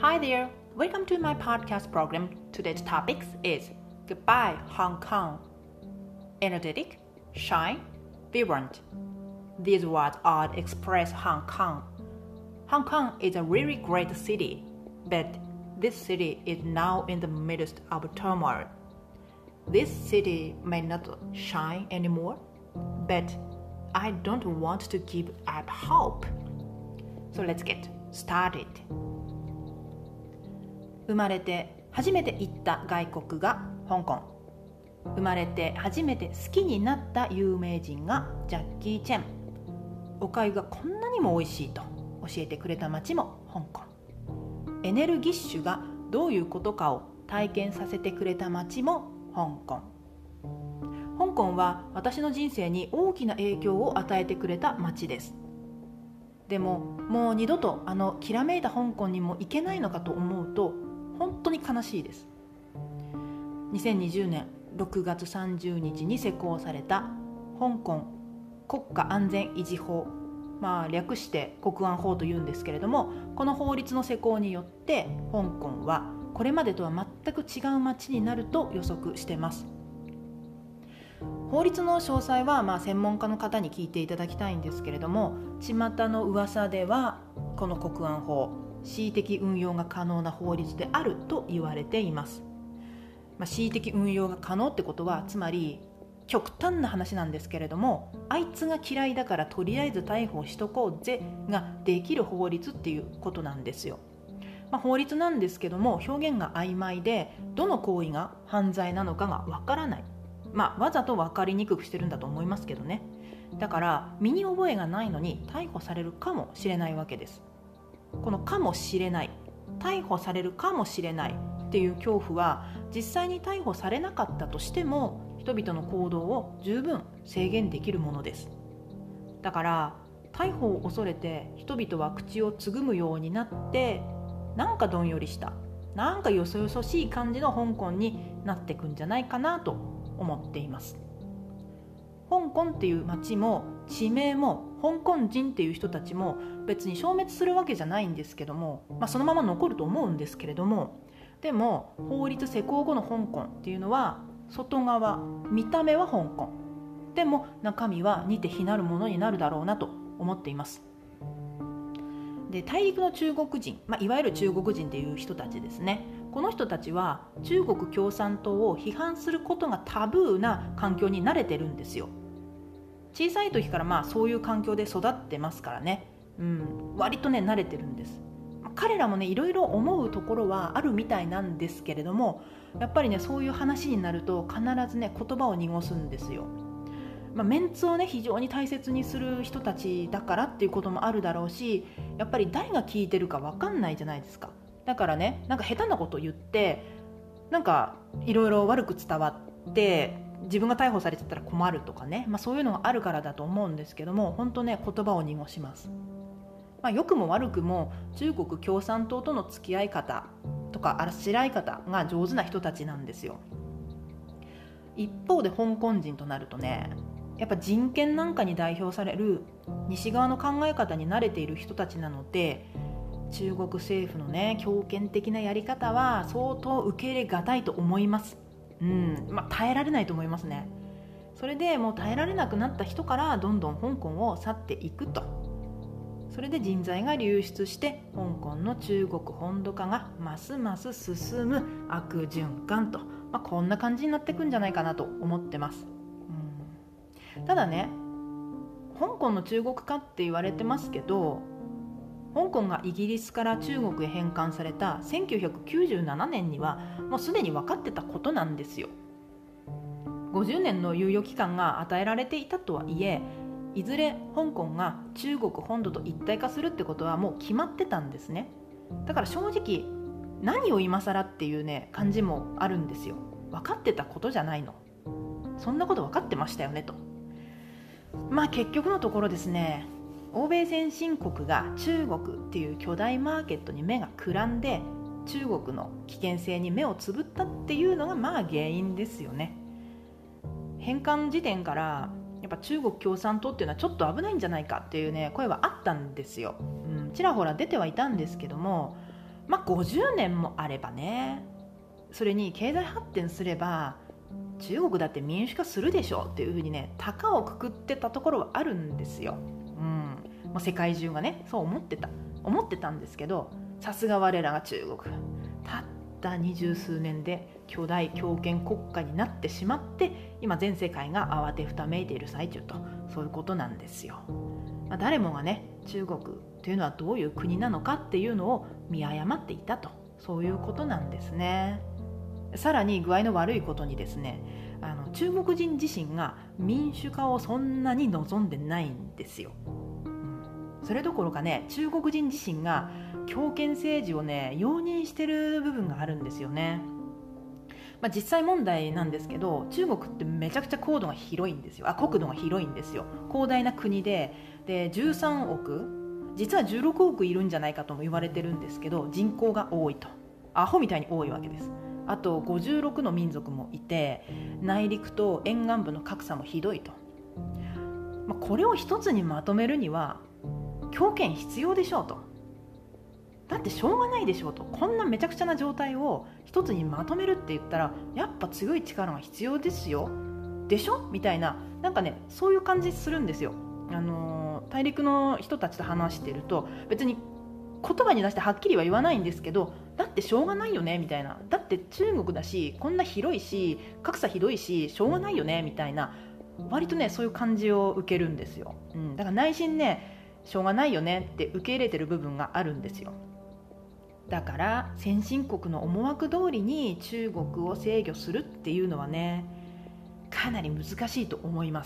Hi there, welcome to my podcast program. Today's topic is Goodbye Hong Kong. Energetic, shy, vibrant. These words all express Hong Kong. Hong Kong is a really great city, but this city is now in the midst of turmoil. This city may not shine anymore, but I don't want to give up hope. So let's get started. 生まれて初めて行った外国が香港。生まれて初めて好きになった有名人がジャッキー・チェン。お粥がこんなにも美味しいと教えてくれた街も香港。エネルギッシュがどういうことかを体験させてくれた街も香港。香港は私の人生に大きな影響を与えてくれた街です。でももう二度とあのきらめいた香港にも行けないのかと思うと本当に悲しいです。2020年6月30日に施行された香港国家安全維持法、略して国安法というんですけれども、この法律の施行によって香港はこれまでとは全く違う街になると予測しています。法律の詳細は専門家の方に聞いていただきたいんですけれども、巷の噂ではこの国安法、恣意的運用が可能な法律であると言われています。恣意的運用が可能ってことは、つまり極端な話なんですけれども、あいつが嫌いだからとりあえず逮捕しとこうぜができる法律っていうことなんですよ。法律なんですけども、表現が曖昧でどの行為が犯罪なのかがわからない。わざと分かりにくくしてるんだと思いますけどね。だから身に覚えがないのに逮捕されるかもしれないわけです。このかもしれない、逮捕されるかもしれないっていう恐怖は、実際に逮捕されなかったとしても人々の行動を十分制限できるものです。だから逮捕を恐れて人々は口をつぐむようになって、なんかどんよりした、なんかよそよそしい感じの香港になってくんじゃないかなと思っています。香港っていう街も地名も香港人っていう人たちも別に消滅するわけじゃないんですけども、そのまま残ると思うんですけれども、でも法律施行後の香港っていうのは、外側見た目は香港でも中身は似て非なるものになるだろうなと思っています。で、大陸の中国人、いわゆる中国人っていう人たちですね。この人たちは中国共産党を批判することがタブーな環境に慣れてるんですよ。小さい時からそういう環境で育ってますからね、割と慣れてるんです。彼らもいろいろ思うところはあるみたいなんですけれども、やっぱりそういう話になると必ず言葉を濁すんですよ。メンツを非常に大切にする人たちだからっていうこともあるだろうし、やっぱり誰が聞いてるか分かんないじゃないですか。だから下手なこと言っていろいろ悪く伝わって自分が逮捕されちゃったら困るとかね、そういうのがあるからだと思うんですけども、本当言葉を濁します。良くも悪くも中国共産党との付き合い方とかあしらい方が上手な人たちなんですよ。一方で香港人となるとやっぱ人権なんかに代表される西側の考え方に慣れている人たちなので、中国政府の強権的なやり方は相当受け入れがたいと思います。耐えられないと思いますね。それでもう耐えられなくなった人からどんどん香港を去っていくと。それで人材が流出して香港の中国本土化がますます進む悪循環と、こんな感じになっていくんじゃないかなと思ってます。ただ香港の中国化って言われてますけど、香港がイギリスから中国へ返還された1997年にはもうすでに分かってたことなんですよ。50年の猶予期間が与えられていたとはいえ、いずれ香港が中国本土と一体化するってことはもう決まってたんですね。だから正直何を今更っていう感じもあるんですよ。分かってたことじゃないの、そんなこと分かってましたよねと。結局のところですね、欧米先進国が中国っていう巨大マーケットに目がくらんで、中国の危険性に目をつぶったっていうのが原因ですよね。返還時点からやっぱ中国共産党っていうのはちょっと危ないんじゃないかっていう声はあったんですよ。ちらほら出てはいたんですけども、 50年もあればね、それに経済発展すれば中国だって民主化するでしょっていうふうにね、高をくくってたところはあるんですよ。世界中がねそう思ってたんですけど、さすが我らが中国、たった20数年で巨大強権国家になってしまって、今全世界が慌てふためいている最中と、そういうことなんですよ。誰もがね、中国というのはどういう国なのかっていうのを見誤っていたと、そういうことなんですね。さらに具合の悪いことにですね、中国人自身が民主化をそんなに望んでないんですよ。それどころかね、中国人自身が強権政治をね容認してる部分があるんですよね。実際問題なんですけど、中国ってめちゃくちゃ国土が広いんですよ。広大な国で13億、実は16億いるんじゃないかとも言われてるんですけど、人口が多いと、アホみたいに多いわけです。あと56の民族もいて、内陸と沿岸部の格差もひどいと、これを一つにまとめるには強権必要でしょうと、だってしょうがないでしょうと、こんなめちゃくちゃな状態を一つにまとめるって言ったらやっぱ強い力が必要ですよでしょみたいな、そういう感じするんですよ。大陸の人たちと話してると、別に言葉に出してはっきりは言わないんですけど、だってしょうがないよねみたいな、だって中国だし、こんな広いし格差ひどいししょうがないよねみたいな、割とねそういう感じを受けるんですよ。だから内心ね、しょうがないよねって受け入れてる部分があるんですよ。だから先進国の思惑通りに中国を制御するっていうのはね、かなり難しいと思います。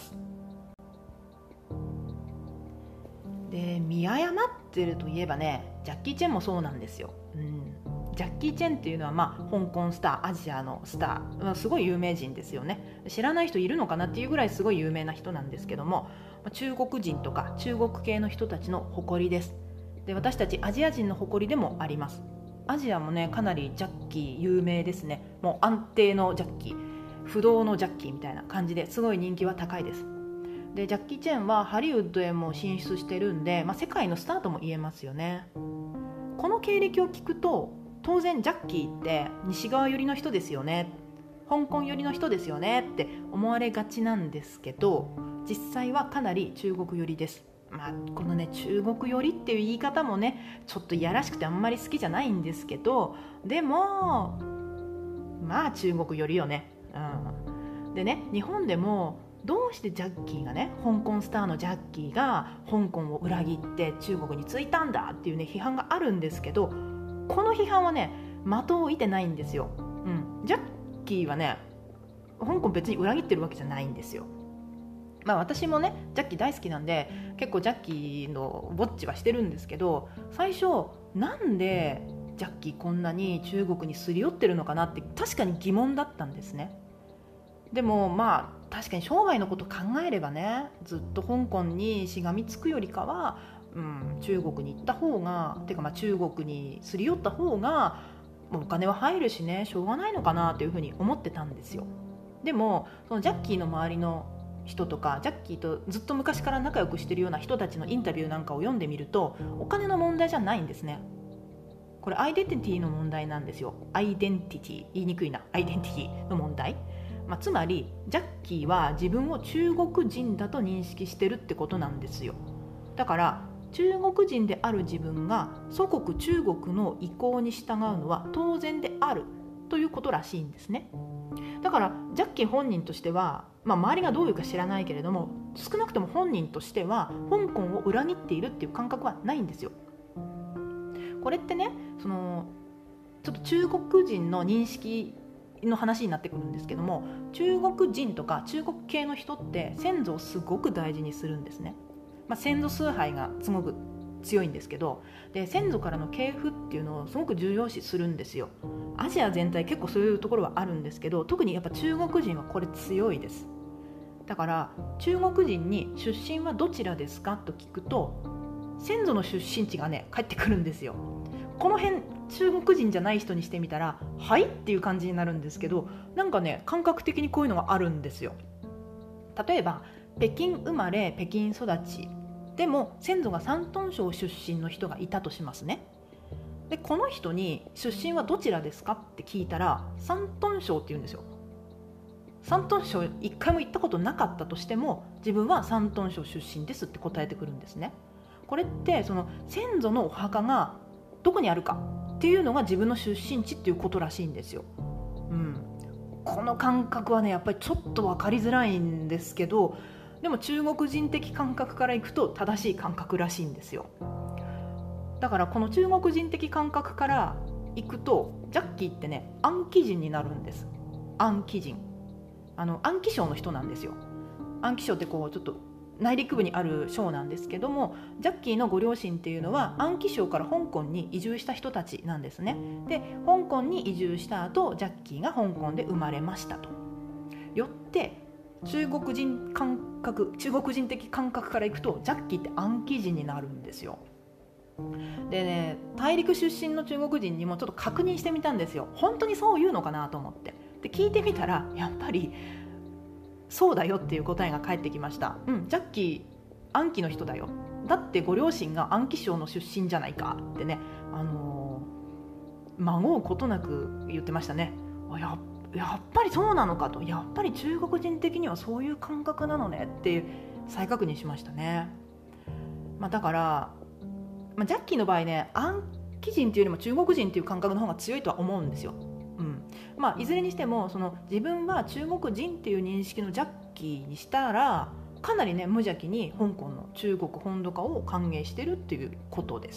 で、見誤ってるといえばね、ジャッキー・チェンもそうなんですよ。ジャッキー・チェンっていうのは、香港スター、アジアのスター、すごい有名人ですよね。知らない人いるのかなっていうぐらいすごい有名な人なんですけども、中国人とか中国系の人たちの誇りです。で、私たちアジア人の誇りでもあります。アジアもねかなりジャッキー有名ですね。もう安定のジャッキー、不動のジャッキーみたいな感じですごい人気は高いです。で、ジャッキー・チェンはハリウッドへも進出してるんで、世界のスターとも言えますよね。この経歴を聞くと、当然ジャッキーって西側寄りの人ですよね、香港寄りの人ですよねって思われがちなんですけど、実際はかなり中国寄りです。このね、中国寄りっていう言い方もねちょっといやらしくてあんまり好きじゃないんですけど、でも中国寄りよね。でね、日本でもどうしてジャッキーがね、香港スターのジャッキーが香港を裏切って中国に着いたんだっていうね批判があるんですけど、この批判はね的を射てないんですよ。ジャッキーはね香港別に裏切ってるわけじゃないんですよ。私もねジャッキー大好きなんで結構ジャッキーのウォッチはしてるんですけど、最初なんでジャッキーこんなに中国にすり寄ってるのかなって確かに疑問だったんですね。でも確かに生涯のこと考えればね、ずっと香港にしがみつくよりかは、中国に行った方が中国にすり寄った方がもうお金は入るしね、しょうがないのかなというふうに思ってたんですよ。でもそのジャッキーの周りの人とか、ジャッキーとずっと昔から仲良くしてるような人たちのインタビューなんかを読んでみると、お金の問題じゃないんですね。これアイデンティティの問題なんですよ。アイデンティティ、言いにくいな、アイデンティティの問題。つまりジャッキーは自分を中国人だと認識してるってことなんですよ。だから中国人である自分が祖国中国の意向に従うのは当然であるということらしいんですね。だからジャッキー本人としては、周りがどういうか知らないけれども、少なくとも本人としては香港を裏切っているっていう感覚はないんですよ。これってね、ちょっと中国人の認識の話になってくるんですけども、中国人とか中国系の人って先祖をすごく大事にするんですね。先祖崇拝がすごく強いんですけど、で先祖からの系譜っていうのをすごく重要視するんですよ。アジア全体結構そういうところはあるんですけど、特にやっぱ中国人はこれ強いです。だから中国人に出身はどちらですかと聞くと、先祖の出身地がね返ってくるんですよ。この辺中国人じゃない人にしてみたらはいっていう感じになるんですけど、感覚的にこういうのがあるんですよ。例えば北京生まれ北京育ちでも先祖が山東省出身の人がいたとしますね。 でこの人に出身はどちらですかって聞いたら山東省って言うんですよ。山東省一回も行ったことなかったとしても自分は山東省出身ですって答えてくるんですね。これってその先祖のお墓がどこにあるかっていうのが自分の出身地っていうことらしいんですよ。この感覚はねやっぱりちょっと分かりづらいんですけど、でも中国人的感覚からいくと正しい感覚らしいんですよ。だからこの中国人的感覚からいくとジャッキーってね安徽人になるんです。安徽人、安徽省の人なんですよ。安徽省ってこうちょっと内陸部にある省なんですけども、ジャッキーのご両親っていうのは安徽省から香港に移住した人たちなんですね。で香港に移住した後ジャッキーが香港で生まれましたと。よって中国人的感覚からいくとジャッキーって安徽人になるんですよ。でね、大陸出身の中国人にもちょっと確認してみたんですよ。本当にそう言うのかなと思って。で聞いてみたらやっぱりそうだよっていう答えが返ってきました。ジャッキー安徽の人だよ、だってご両親が安徽省の出身じゃないかってね、孫うことなく言ってましたね。やっぱりそうなのかと、やっぱり中国人的にはそういう感覚なのねって再確認しましたね。だから、ジャッキーの場合ね安徽人っていうよりも中国人っていう感覚の方が強いとは思うんですよ。いずれにしてもその自分は中国人っていう認識のジャッキーにしたらかなりね無邪気に香港の中国本土化を歓迎してるっていうことです。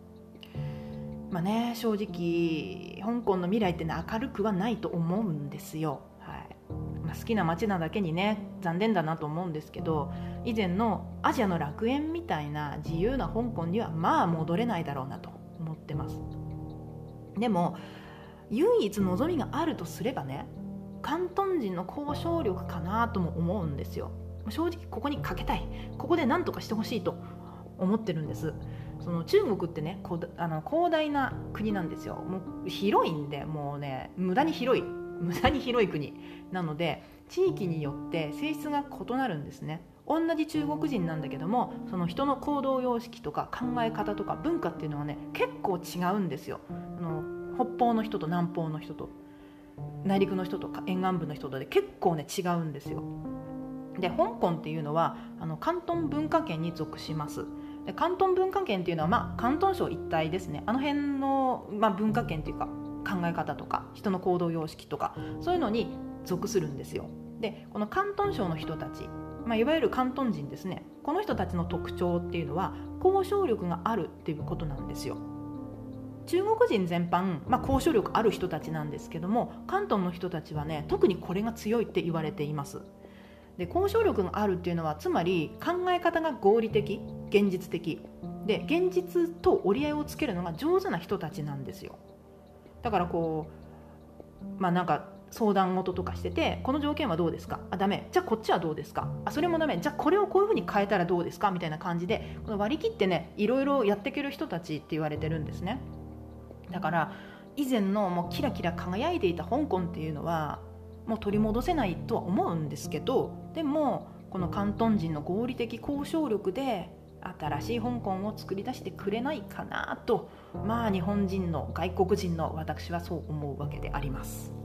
正直香港の未来ってね明るくはないと思うんですよ。好きな街なだけにね残念だなと思うんですけど、以前のアジアの楽園みたいな自由な香港には戻れないだろうなと思ってます。でも唯一望みがあるとすればね、広東人の交渉力かなとも思うんですよ。正直ここにかけたい、ここで何とかしてほしいと思ってるんです。その中国ってね広大な国なんですよ。もう広いんで、もうね無駄に広い国なので地域によって性質が異なるんですね。同じ中国人なんだけどもその人の行動様式とか考え方とか文化っていうのはね結構違うんですよ。北方の人と南方の人と内陸の人とか沿岸部の人とで結構ね違うんですよ。で香港っていうのは広東文化圏に属します。で広東文化圏っていうのは、広東省一帯ですね。あの辺の、文化圏っていうか考え方とか人の行動様式とかそういうのに属するんですよ。でこの広東省の人たち、いわゆる広東人ですね、この人たちの特徴っていうのは交渉力があるっていうことなんですよ。中国人全般、交渉力ある人たちなんですけども、広東の人たちはね特にこれが強いって言われています。で交渉力があるっていうのはつまり考え方が合理的現実的で現実と折り合いをつけるのが上手な人たちなんですよ。だからこうなんか相談事とかしてて、この条件はどうですか、ダメ、じゃあこっちはどうですか、それもダメ、じゃあこれをこういうふうに変えたらどうですかみたいな感じで割り切ってねいろいろやっていける人たちって言われてるんですね。だから以前のもうキラキラ輝いていた香港っていうのはもう取り戻せないとは思うんですけど、でもこの広東人の合理的交渉力で新しい香港を作り出してくれないかなと、日本人の外国人の私はそう思うわけであります。